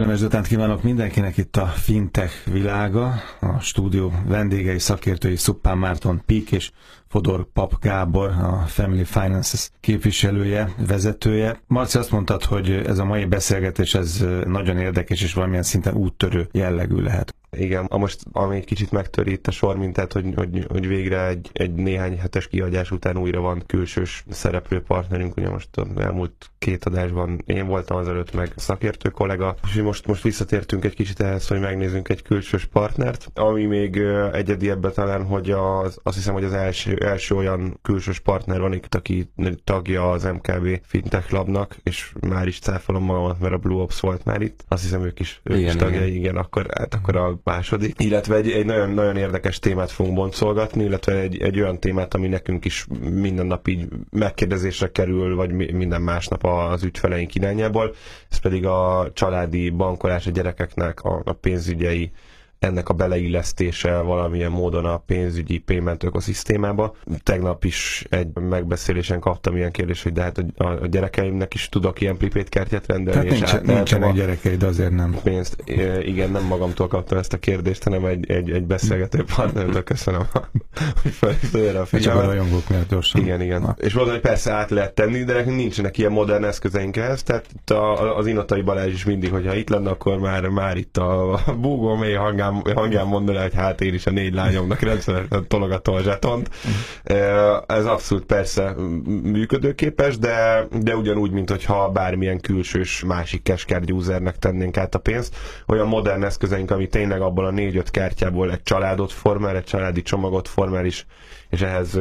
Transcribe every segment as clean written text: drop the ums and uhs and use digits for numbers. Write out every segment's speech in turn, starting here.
Kellemes délután kívánok mindenkinek, itt a Fintech világa. A stúdió vendégei, szakértői Szuppán Márton Pík és Fodor Pap Gábor, a Family Finances képviselője, vezetője. Marci, azt mondtad, hogy ez a mai beszélgetés ez nagyon érdekes és valamilyen szinten úttörő jellegű lehet. Igen, most ami egy kicsit megtöri itt a sor mintát, hogy végre egy néhány hetes kiadás után újra van külsős szereplő partnerünk, ugye most az elmúlt 2 adásban én voltam, azelőtt meg szakértő kollega, és most visszatértünk egy kicsit ehhez, hogy megnézzünk egy külsős partnert, ami még egyedi ebben talán, hogy azt hiszem, hogy az első olyan külsős partner van itt, aki tagja az MKB Fintech Labnak, és már is cáfolom magamat, mert a Blue Ops volt már itt, azt hiszem ők is tagjai, igen, akkor a második. Illetve egy nagyon érdekes témát fogunk boncolgatni, illetve egy olyan témát, ami nekünk is minden nap így megkérdezésre kerül, vagy minden másnap az ügyfeleink irányából. Ez pedig a családi bankolás, a gyerekeknek a pénzügyei, ennek a beleillesztése valamilyen módon a pénzügyi payment ökoszisztémába. Tegnap is egy megbeszélésen kaptam ilyen kérdést, hogy de hát a gyerekeimnek is tudok ilyen prepaid kártyát rendelni. Hát nincsenek gyerekeid, azért nem. Pénzt. Igen, nem magamtól kaptam ezt a kérdést, hanem egy beszélgető partnertől. Köszönöm, hogy felhívta a figyelmet. Csak a rajongók miatt gyorsan. Igen. És mondom, hogy persze át lehet tenni, de nekünk nincsenek ilyen modern eszközeink ehhez, tehát az Inotai Balázs is mindig, hogyha itt lenne, akkor már itt a búgó mély hangján mondaná, hogy hát én is a 4 lányomnak rendszeresen tologatom a zsetont. Ez abszolút persze működőképes, de ugyanúgy, mint hogyha bármilyen külsős másik cashcard usernek tennénk át a pénzt. Olyan modern eszközeink, ami tényleg abból a 4-5 kártyából egy családot formál, egy családi csomagot formál is, és ehhez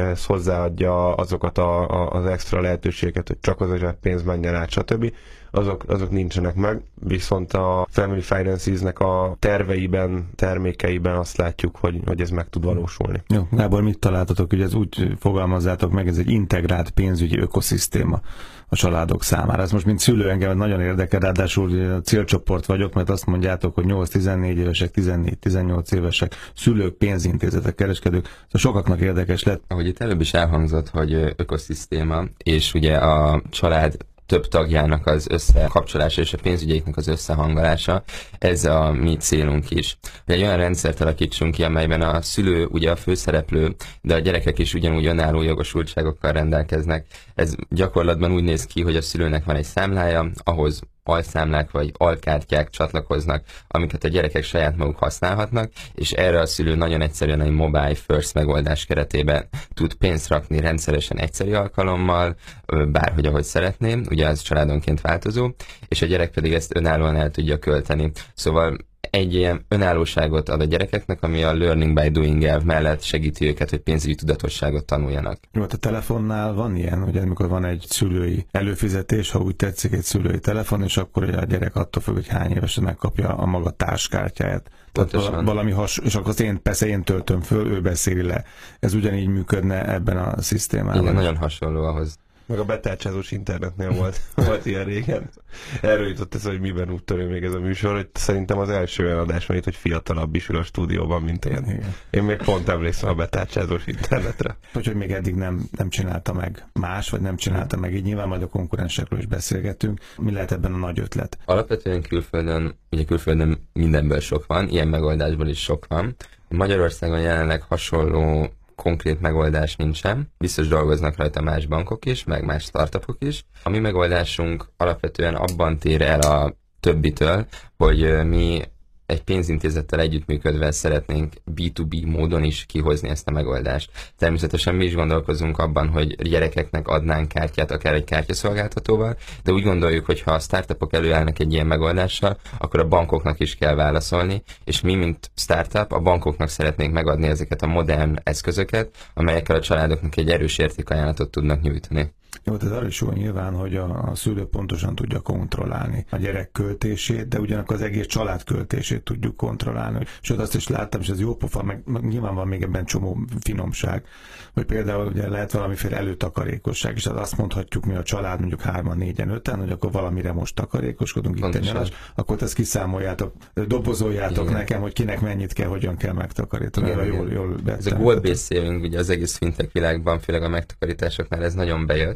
hozzáadja azokat az extra lehetőségeket, hogy csak az a zseppénz menjen át, stb. Azok nincsenek meg, viszont a Family Finances-nek a terveiben, termékeiben azt látjuk, hogy ez meg tud valósulni. Jó, Gábor, mit találtatok? Ugye ez úgy fogalmazzátok meg, ez egy integrált pénzügyi ökoszisztéma a családok számára. Ez most mint szülő engem nagyon érdekel, ráadásul a célcsoport vagyok, mert azt mondjátok, hogy 8-14 évesek, 14-18 évesek, szülők, pénzintézetek, kereskedők, szóval sokaknak érdekes lett. Ahogy itt előbb is elhangzott, hogy ökoszisztéma, és ugye a család több tagjának az összekapcsolása és a pénzügyeiknek az összehangolása, ez a mi célunk is. Hogy egy olyan rendszert alakítsunk ki, amelyben a szülő ugye a főszereplő, de a gyerekek is ugyanúgy önálló jogosultságokkal rendelkeznek. Ez gyakorlatban úgy néz ki, hogy a szülőnek van egy számlája, ahhoz alszámlák vagy alkártyák csatlakoznak, amiket a gyerekek saját maguk használhatnak, és erre a szülő nagyon egyszerűen egy mobile first megoldás keretében tud pénzt rakni rendszeresen egyszeri alkalommal, bárhogy ahogy szeretné, ugye ez családonként változó, és a gyerek pedig ezt önállóan el tudja költeni. Szóval egy ilyen önállóságot ad a gyerekeknek, ami a learning by doing elv mellett segíti őket, hogy pénzügyi tudatosságot tanuljanak. Jó, a telefonnál van ilyen, hogy amikor van egy szülői előfizetés, ha úgy tetszik, egy szülői telefon, és akkor a gyerek attól függ, hogy hány évesen megkapja a maga táskkártyáját. Tehát valami és akkor én töltöm föl, ő beszéli le. Ez ugyanígy működne ebben a szisztémában. Igen, nagyon hasonló ahhoz. Meg a betárcsázós internetnél volt ilyen régen. Erről jutott ez, hogy miben úttörő még ez a műsor, hogy szerintem az első olyan adás van itt, hogy fiatalabb is ül a stúdióban, mint én. Igen. Én még pont emlékszem a betárcsázós internetre. Hogy még eddig nem csinálta meg más, vagy nem csinálta meg így. Nyilván majd a konkurensekről is beszélgetünk. Mi lehet ebben a nagy ötlet? Alapvetően külföldön mindenből sok van, ilyen megoldásból is sok van. Magyarországon jelenleg hasonló konkrét megoldás nincsen. Biztos dolgoznak rajta más bankok is, meg más startupok is. A mi megoldásunk alapvetően abban tér el a többitől, hogy mi egy pénzintézettel együttműködve szeretnénk B2B módon is kihozni ezt a megoldást. Természetesen mi is gondolkozunk abban, hogy gyerekeknek adnánk kártyát, akár egy kártyaszolgáltatóval, de úgy gondoljuk, hogy ha a startupok előállnak egy ilyen megoldással, akkor a bankoknak is kell válaszolni, és mi, mint startup, a bankoknak szeretnénk megadni ezeket a modern eszközöket, amelyekkel a családoknak egy erős értékajánlatot tudnak nyújtani. Jó, tehát arra is jó nyilván, hogy a szülő pontosan tudja kontrollálni a gyerek költését, de ugyanakkor az egész család költését tudjuk kontrollálni. Sőt, azt is láttam, és ez jó pofa, meg nyilván van még ebben csomó finomság, hogy például ugye lehet valamiféle előtakarékosság, és azt mondhatjuk mi a család, mondjuk 3-an, 4-en, 5-en, hogy akkor valamire most takarékoskodunk, itt egy nyarás, akkor ezt kiszámoljátok, dobozoljátok nekem, hogy kinek mennyit kell, hogyan kell megtakarítani. Jól ez a goal-based saving, ugye az egész fintech világban, főleg a megtakarításoknál ez nagyon bejött,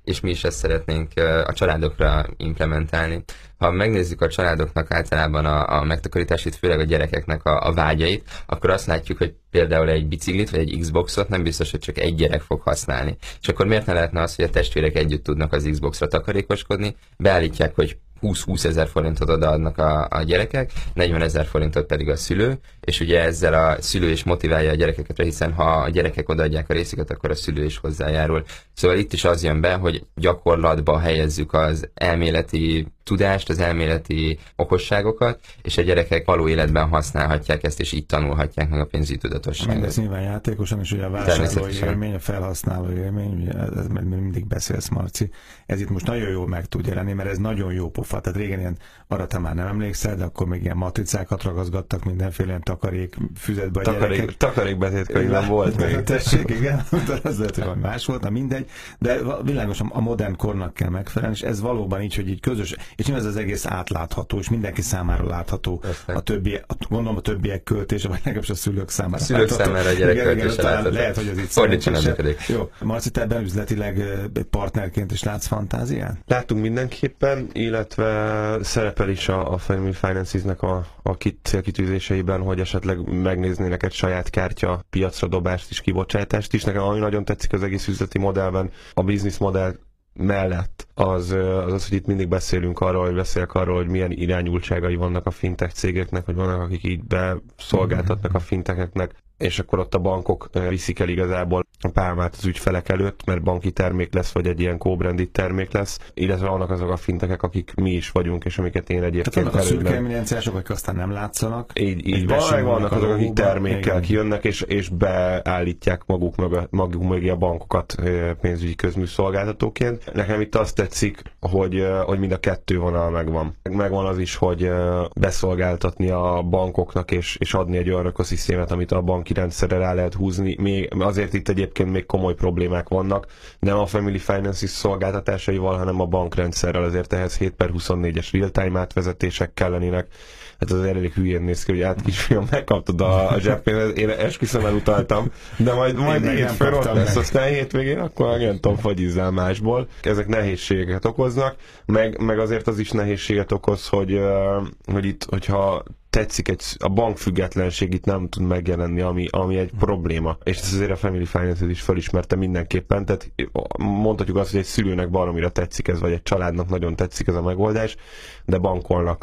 és mi is ezt szeretnénk a családokra implementálni. Ha megnézzük a családoknak általában a megtakarításit, főleg a gyerekeknek a vágyait, akkor azt látjuk, hogy például egy biciklit vagy egy Xboxot nem biztos, hogy csak egy gyerek fog használni. És akkor miért ne lehetne az, hogy a testvérek együtt tudnak az Xboxra takarékoskodni, beállítják, hogy 20 ezer forintot odaadnak a gyerekek, 40 ezer forintot pedig a szülő, és ugye ezzel a szülő is motiválja a gyerekeket, hiszen ha a gyerekek odaadják a részüket, akkor a szülő is hozzájárul. Szóval itt is az jön be, hogy gyakorlatba helyezzük az elméleti tudást, az elméleti okosságokat, és a gyerekek való életben használhatják ezt, és így tanulhatják meg a pénzügyi tudatosságot. Mindez nyilván játékosan, és ugye a vásárlói élmény, a felhasználó élmény, ugye ez mindig beszélsz, Marci, ez itt most nagyon jól meg tud jelenni, mert ez nagyon jó pofa. Tehát régen ilyen, arra te már nem emlékszel, de akkor még ilyen matricákat ragazgattak mindenféle ilyen takarék füzetbe a gyerekek. Takarékbetétkönyvben volt még. Tessék, igen, az lehet, hogy más volt, na mindegy, de világos, a modern kornak kell megfelelni, és ez valóban így, hogy így közös, és nem ez az egész átlátható, és mindenki számára látható. A többi, gondolom a többiek költése, vagy legalábbis a szülők számára. A szülők számára a gyerek költése látható. Lehet, hogy ez itt szerencsésebb. Jó, Marci, te ebben üzletileg partnerként is látsz fantáziát? Látunk mindenképpen, illetve szerepel is a Family Finances-nek a célkitűzéseiben, hogy esetleg megnéznének egy saját kártya piacra dobást és kibocsátást is. Nekem ami nagyon tetszik az egész üzleti modellben, a business modell mellett az, hogy itt mindig beszélünk arról, hogy milyen irányultságai vannak a fintech cégeknek, hogy vannak, akik így beszolgáltatnak a fintecheknek, és akkor ott a bankok viszik el igazából a pálmát az ügyfelek előtt, mert banki termék lesz, vagy egy ilyen co-branded termék lesz, illetve vannak azok a fintekek, akik mi is vagyunk, és amiket én egyébként tehát vannak a szürke eminenciások, akik aztán nem látszanak. Így vannak azok, akik termékkel kijönnek, és beállítják maguk mögé a bankokat pénzügyi közműszolgáltatóként. Nekem itt azt tetszik, hogy mind a kettő vonal megvan. Megvan az is, hogy beszolgáltatni a bankoknak, és adni egy olyan ökoszisztémát, amit a banki rendszerre rá lehet húzni. Még azért itt egyébként még komoly problémák vannak, nem a Family Finances szolgáltatásaival, hanem a bankrendszerrel, azért ehhez 7/24-es real-time átvezetések kellenének. Hát az elég hülyén néz ki, hogy kisfiam, megkaptad a zseppénzt, én esküszöm elutaltam, de majd hétfőn ott lesz, aztán hétvégén akkor nem tudom, fagyizzál másból. Ezek nehézségeket okoznak, meg azért az is nehézséget okoz, hogy itt, hogyha tetszik, a bankfüggetlenség itt nem tud megjelenni, ami egy probléma. És ezt azért a Family Finance is felismerte mindenképpen, tehát mondhatjuk azt, hogy egy szülőnek baromira tetszik ez, vagy egy családnak nagyon tetszik ez a megoldás, de bankolnak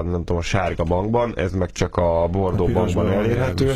a sárga bankban, ez meg csak a Bordeaux bankban elérhető.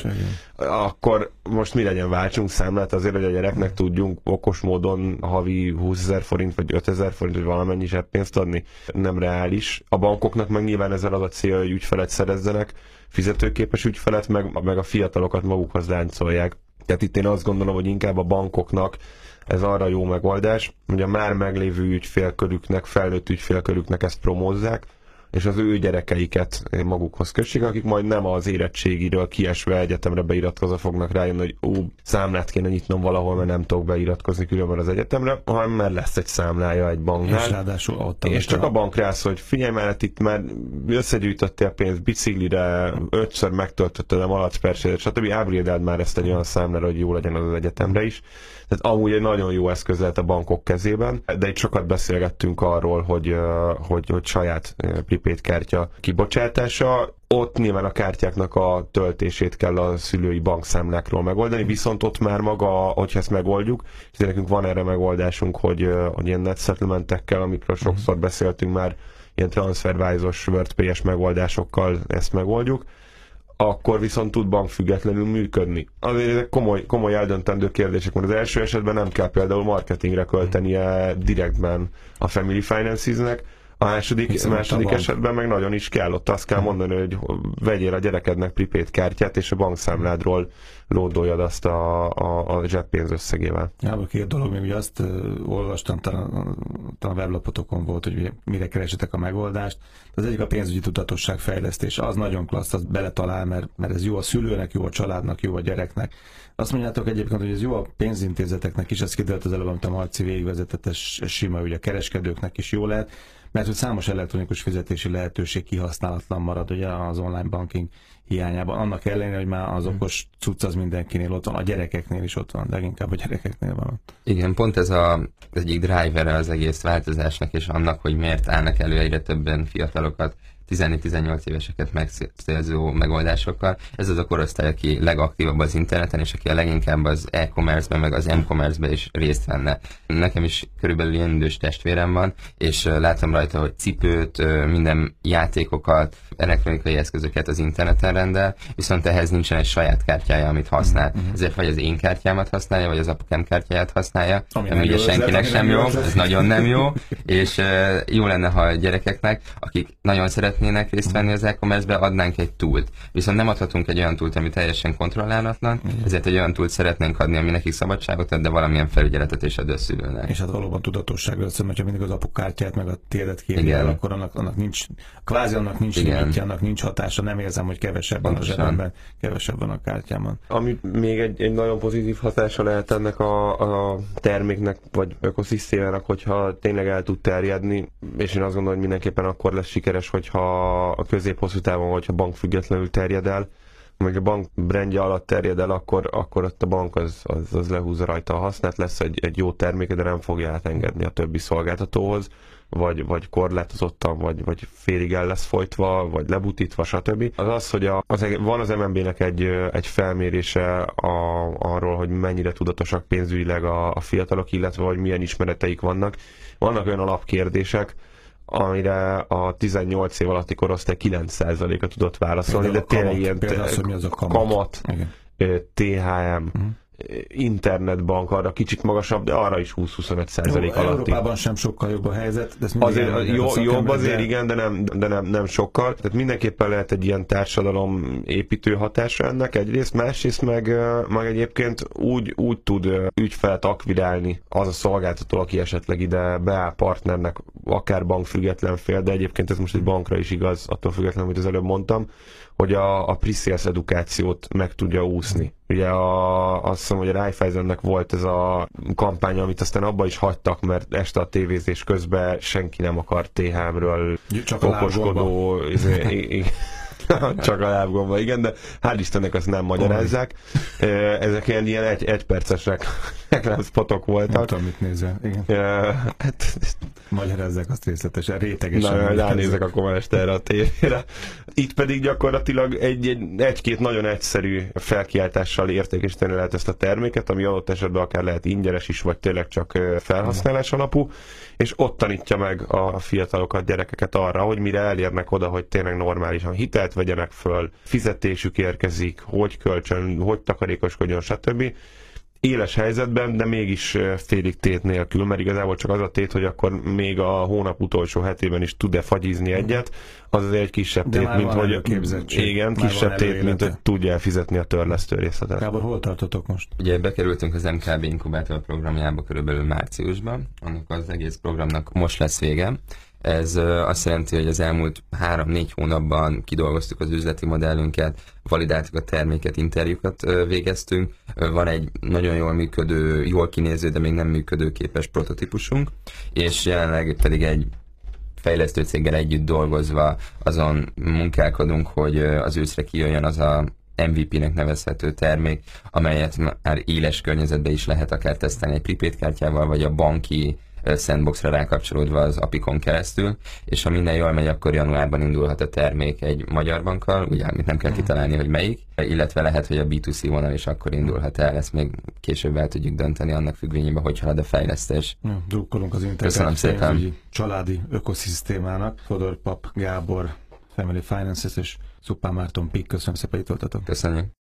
Akkor most mi legyen, váltsunk számlát azért, hogy a gyereknek tudjunk okos módon havi 20 000 forint, vagy 5 000 forint, vagy valamennyi zseppénzt adni. Nem reális. A bankoknak meg nyilván ezzel az a cél, hogy ügyfelet szerezzenek, fizetőképes ügyfelet, meg a fiatalokat magukhoz láncolják. Tehát itt én azt gondolom, hogy inkább a bankoknak ez arra jó megoldás, hogy a már meglévő ügyfélkörüknek, felnőtt ügyfélkörüknek ezt promózzák, és az ő gyerekeiket magukhoz kössék, akik majd nem az érettségiről kiesve egyetemre beiratkozva fognak rájönni, hogy számlát kéne nyitnom valahol, mert nem tudok beiratkozni különben az egyetemre, hanem mert lesz egy számlája egy banknál. És ráadásul ott és csak a bank rász, hogy figyelj már, itt már összegyűjtöttél pénzt biciklire, 5-ször megtöltötted a malacpercsédet, stb. Ábrédáld már ezt egy olyan számlára, hogy jó legyen az egyetemre is. Tehát amúgy egy nagyon jó eszköz lehet a bankok kezében, de itt sokat beszélgettünk arról, hogy saját prepaid kártya kibocsátása. Ott nyilván a kártyáknak a töltését kell a szülői bankszámlákról megoldani, viszont ott már maga, hogyha ezt megoldjuk, és nekünk van erre megoldásunk, hogy ilyen net settlementekkel, amikről sokszor beszéltünk már, ilyen TransferWise-os WordPay-es megoldásokkal ezt megoldjuk, akkor viszont tud bankfüggetlenül működni. Azért ezek komoly eldöntendő kérdések, mert az első esetben nem kell például marketingre költenie direktben a Family Finances-nek, a második esetben meg nagyon is kell, ott azt kell mondani, hogy vegyél a gyerekednek prepaid kártyát, és a bankszámládról lódoljad azt a zseppénz összegével. Ja, két dolog, még ugye azt olvastam, talán a weblapotokon volt, hogy mire keresetek a megoldást. Az egyik a pénzügyi tudatosság fejlesztés, az nagyon klassz, az beletalál, mert ez jó a szülőnek, jó a családnak, jó a gyereknek. Azt mondjátok egyébként, hogy ez jó a pénzintézeteknek is, ez kiderült az előbb, amit a Marci végigvezetett, ez sima, ugye a kereskedőknek is jó lehet, mert hogy számos elektronikus fizetési lehetőség kihasználatlan marad, ugye az online banking hiányában. Annak ellenére, hogy már az okos cucc az mindenkinél ott van, a gyerekeknél is ott van, leginkább a gyerekeknél van. Igen, pont ez az egyik driver az egész változásnak, és annak, hogy miért állnak elő egyre többen fiatalokat 14-18 éveseket megcélzó megoldásokkal. Ez az a korosztály, aki legaktívabb az interneten, és aki a leginkább az e-commerce-ben, meg az m-commerce-ben is részt venne. Nekem is körülbelül ilyen idős testvérem van, és látom rajta, hogy cipőt, minden játékokat, elektronikai eszközöket az interneten rendel, viszont ehhez nincsen egy saját kártyája, amit használ. Ezért vagy az én kártyámat használja, vagy az apukám kártyáját használja, ami ugye senkinek sem jó, ez nagyon nem jó, és jó lenne, ha a gyerekeknek, akik nagyon szeretnének részt venni az e-commerce-be, adnánk egy túlt. Viszont nem adhatunk egy olyan túlt, ami teljesen kontrollálatlan, ezért egy olyan túlt szeretnénk adni, ami nekik szabadságot ad, de valamilyen felügyeletet is ad a szülőnek. És hát valóban tudatosságra össze, mert ha mindig az apukártyát meg a tiédet kéri el, akkor annak nincs, kvázi annak nincs limitje, annak nincs hatása, nem érzem, hogy kevesebb van a zsebemben, kevesebb van a kártyámon. Ami még egy nagyon pozitív hatása lehet ennek a terméknek, vagy ökoszisztémának, hogyha tényleg el tud terjedni, és én azt gondolom, hogy mindenképpen akkor lesz sikeres, hogyha a közép-hosszú távon, hogyha bank függetlenül terjed el, meg a bank brandje alatt terjed el, akkor ott a bank az lehúzza rajta a hasznát, lesz egy jó terméke, de nem fogja átengedni a többi szolgáltatóhoz, vagy korlátozottan, vagy félig el lesz folytva, vagy lebutítva, stb. Az, hogy van az MNB-nek egy felmérése arról, hogy mennyire tudatosak pénzügyileg a fiatalok, illetve hogy milyen ismereteik vannak. Vannak olyan alapkérdések, amire a 18 év alatti korosztály 9%-a tudott válaszolni, de tényleg ilyen kamat, THM, internetbank arra kicsit magasabb, de arra is 20-25% alatti. Európában sem sokkal jobb a helyzet. De azért jobb azért, igen, de nem sokkal. Tehát mindenképpen lehet egy ilyen társadalom építő hatása ennek egyrészt, másrészt meg egyébként úgy tud ügyfelet akvirálni az a szolgáltató, aki esetleg ide beáll partnernek, akár bankfüggetlen fél, de egyébként ez most egy bankra is igaz, attól függetlenül, amit az előbb mondtam, hogy a pre-sales edukációt meg tudja úszni. Ugye azt hiszem, hogy a Raiffeisennek volt ez a kampány, amit aztán abba is hagytak, mert este a tévézés közben senki nem akar THM-ről okoskodó... Csak a lábgomba, igen, de hál' Istennek azt nem magyarázzák. Ezek ilyen egyperces reklámspotok voltak. Nem tudom, mit nézel, igen. Magyarázzák azt részletesen, rétegesen. Ránézek akkor már este erre a tévére. Itt pedig gyakorlatilag egy-két nagyon egyszerű felkiáltással értékesíteni lehet ezt a terméket, ami adott esetben akár lehet ingyenes is, vagy tényleg csak felhasználás alapú, és ott tanítja meg a fiatalokat, gyerekeket arra, hogy mire elérnek oda, hogy tényleg normálisan hitelt vegyenek föl, fizetésük érkezik, hogy kölcsön, hogy takarékoskodjon, stb. Éles helyzetben, de mégis félig tét nélkül, mert igazából csak az a tét, hogy akkor még a hónap utolsó hetében is tud-e fagyizni egyet, az azért egy kisebb tét, mint hogy kisebb tét, mint hogy tudja elfizetni a törlesztő részletet. Gábor, hol tartotok most? Ugye bekerültünk az MKB Inkubátor programjába körülbelül márciusban, annak az egész programnak most lesz vége. Ez azt jelenti, hogy az elmúlt 3-4 hónapban kidolgoztuk az üzleti modellünket, validáltuk a terméket, interjúkat végeztünk. Van egy nagyon jól működő, jól kinéző, de még nem működőképes prototípusunk, és jelenleg pedig egy fejlesztő céggel együtt dolgozva azon munkálkodunk, hogy az őszre kijöjjön az a MVP-nek nevezhető termék, amelyet már éles környezetben is lehet akár tesztelni egy prepaid kártyával, vagy a banki sandboxra rákapcsolódva az Apikon keresztül, és ha minden jól megy, akkor januárban indulhat a termék egy magyar bankkal, ugye, amit nem kell kitalálni, hogy melyik, illetve lehet, hogy a B2C vonal is akkor indulhat el, ezt még később el tudjuk dönteni annak függvényében, hogy halad a fejlesztés. Drukkolunk az integrált pénzügyi családi ökoszisztémának. Fodor Pap Gábor, Family Finances és Szupán Márton Pik, köszönöm szépen, hogy itt voltatok. Köszönjük.